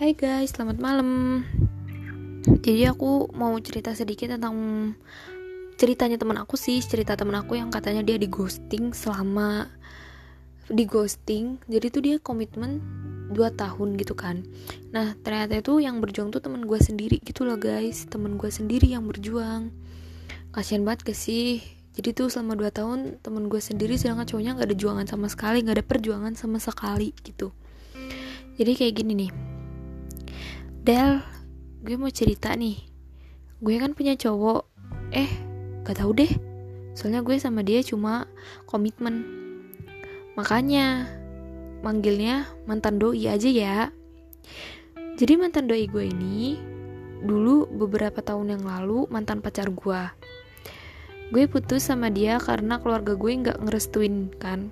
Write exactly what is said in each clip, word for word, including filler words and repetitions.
Hai guys, selamat malam. Jadi aku mau cerita sedikit tentang ceritanya teman aku sih, cerita teman aku yang katanya dia di ghosting selama di ghosting. Jadi tuh dia komitmen dua tahun gitu kan. Nah, ternyata itu yang berjuang tuh teman gue sendiri gitu loh guys. Teman gue sendiri yang berjuang. Kasian banget gak sih? Jadi tuh selama dua tahun temen gue sendiri, sedangkan cowoknya gak ada juangan sama sekali, gak ada perjuangan sama sekali gitu. Jadi kayak gini nih, Del, gue mau cerita nih. Gue kan punya cowok. Eh, gak tahu deh. Soalnya gue sama dia cuma komitmen. Makanya manggilnya mantan doi aja ya. Jadi mantan doi gue ini dulu beberapa tahun yang lalu mantan pacar gue. Gue putus sama dia karena keluarga gue gak ngerestuin kan.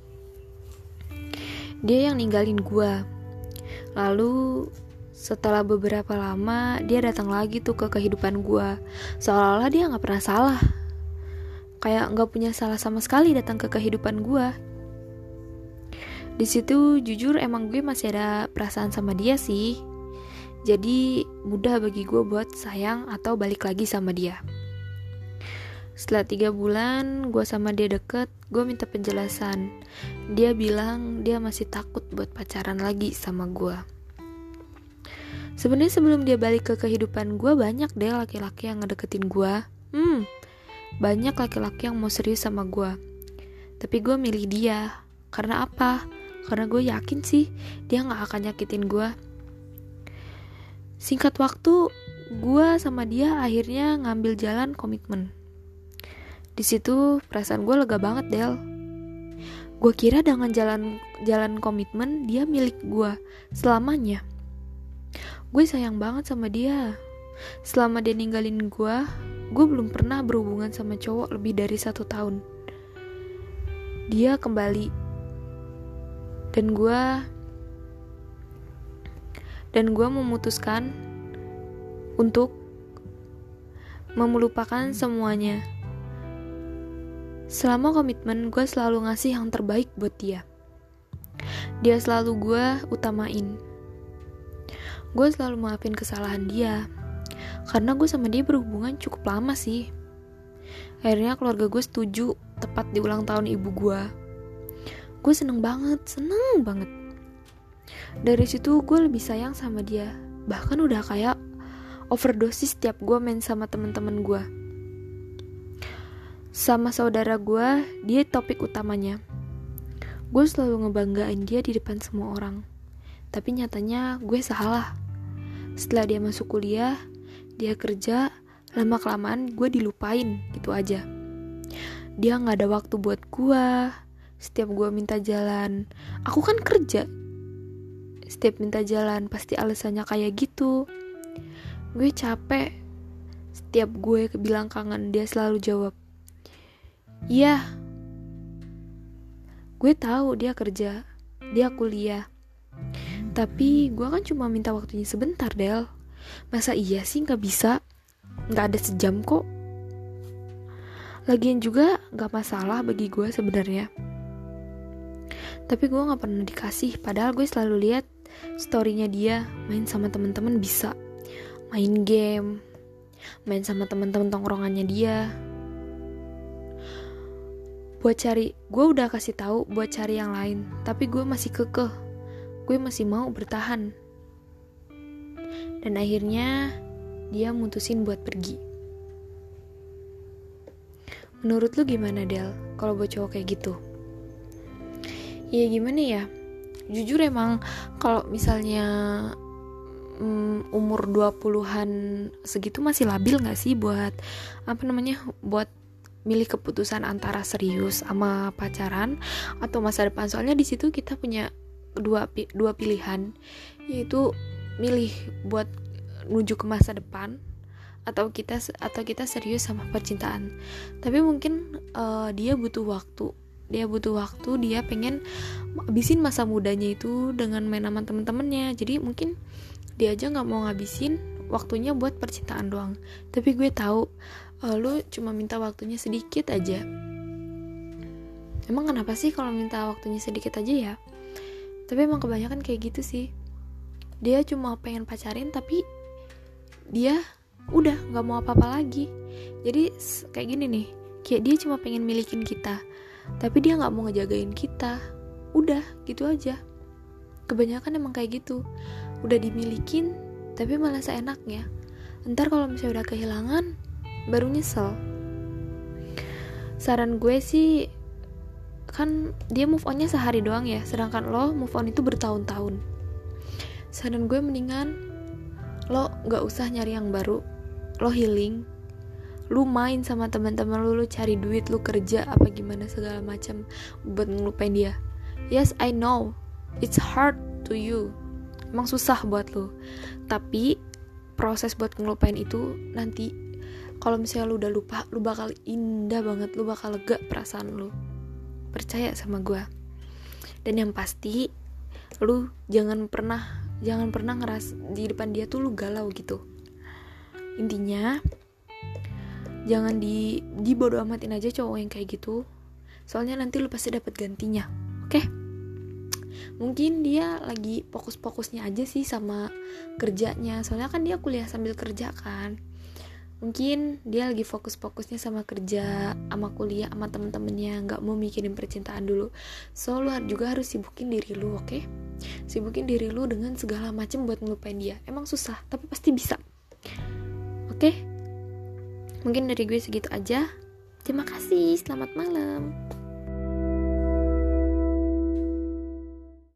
Dia yang ninggalin gue. Lalu setelah beberapa lama dia datang lagi tuh ke kehidupan gue, seolah-olah dia gak pernah salah, kayak gak punya salah sama sekali datang ke kehidupan gue. Di situ jujur emang gue masih ada perasaan sama dia sih. Jadi mudah bagi gue buat sayang atau balik lagi sama dia. Setelah tiga bulan gue sama dia deket, gue minta penjelasan. Dia bilang dia masih takut buat pacaran lagi sama gue. Sebenarnya sebelum dia balik ke kehidupan gue, banyak deh laki-laki yang ngedeketin gue. Hmm, banyak laki-laki yang mau serius sama gue. Tapi gue milih dia. Karena apa? Karena gue yakin sih dia gak akan nyakitin gue. Singkat waktu, gue sama dia akhirnya ngambil jalan komitmen. Di situ perasaan gue lega banget, Del. Gue kira dengan jalan jalan komitmen dia milik gue selamanya. Gue sayang banget sama dia. Selama dia ninggalin gue, gue belum pernah berhubungan sama cowok lebih dari satu tahun. Dia kembali, dan gue dan gue memutuskan untuk memelupakan semuanya. Selama komitmen, gue selalu ngasih yang terbaik buat dia. Dia selalu gue utamain. Gue selalu maafin kesalahan dia. Karena gue sama dia berhubungan cukup lama sih. Akhirnya keluarga gue setuju tepat di ulang tahun ibu gue. Gue seneng banget, seneng banget. Dari situ gue lebih sayang sama dia. Bahkan udah kayak overdosis setiap gue main sama temen-temen gue. Sama saudara gue, dia topik utamanya. Gue selalu ngebanggain dia di depan semua orang. Tapi nyatanya gue salah. Setelah dia masuk kuliah, dia kerja, lama-kelamaan gue dilupain gitu aja. Dia gak ada waktu buat gue. Setiap gue minta jalan, aku kan kerja. Setiap minta jalan pasti alasannya kayak gitu. Gue capek. Setiap gue kebilang kangen, dia selalu jawab, iya. Gue tahu dia kerja, dia kuliah. Tapi gue kan cuma minta waktunya sebentar, Del. Masa iya sih gak bisa? Gak ada sejam kok. Lagian juga gak masalah bagi gue sebenarnya. Tapi gue gak pernah dikasih. Padahal gue selalu lihat storynya dia main sama teman-teman bisa, main game, main sama teman-teman tongkrongannya dia. Buat cari, gue udah kasih tahu buat cari yang lain, tapi gue masih kekeh. Gue masih mau bertahan. Dan akhirnya dia mutusin buat pergi. Menurut lu gimana, Del, kalau buat cowok kayak gitu? Ya gimana ya? Jujur emang kalau misalnya um, umur dua puluhan segitu masih labil gak sih buat apa namanya? Buat milih keputusan antara serius sama pacaran atau masa depan. Soalnya di situ kita punya dua dua pilihan, yaitu milih buat menuju ke masa depan atau kita atau kita serius sama percintaan. Tapi mungkin uh, dia butuh waktu. Dia butuh waktu, dia pengen habisin masa mudanya itu dengan main sama temen-temennya. Jadi mungkin dia aja nggak mau ngabisin waktunya buat percintaan doang. Tapi gue tahu uh, lu cuma minta waktunya sedikit aja. Emang kenapa sih kalau minta waktunya sedikit aja ya? Tapi emang kebanyakan kayak gitu sih. dia cuma pengen pacarin tapi dia udah nggak mau apa-apa lagi. Jadi kayak gini nih, kayak dia cuma pengen milikin kita tapi dia nggak mau ngejagain kita, udah gitu aja. Kebanyakan emang kayak gitu, udah dimilikin tapi malah seenaknya. Ntar kalau misalnya udah kehilangan baru nyesel. Saran gue sih, kan dia move onnya sehari doang ya, sedangkan lo move on itu bertahun-tahun. Saran gue mendingan lo gak usah nyari yang baru, lo healing, lu main sama teman-teman lu, lu cari duit, lu kerja apa gimana segala macam buat ngelupain dia. Yes, I know it's hard to you, emang susah buat lu, tapi proses buat ngelupain itu nanti kalau misalnya lu udah lupa, lu bakal indah banget, lu bakal lega perasaan lu, percaya sama gue. Dan yang pasti lu jangan pernah jangan pernah ngeras di depan dia tuh lu galau gitu. Intinya jangan di dibodo amatin aja cowok yang kayak gitu, soalnya nanti lu pasti dapat gantinya. Oke, okay? Mungkin dia lagi fokus-fokusnya aja sih sama kerjanya, soalnya kan dia kuliah sambil kerja kan. Mungkin dia lagi fokus-fokusnya sama kerja, sama kuliah, sama temen-temennya, nggak mau mikirin percintaan dulu. So lu juga harus sibukin diri lu, oke? Okay? Sibukin diri lu dengan segala macam buat ngelupain dia. Emang susah, tapi pasti bisa. Oke? Okay? Mungkin dari gue segitu aja. Terima kasih, selamat malam.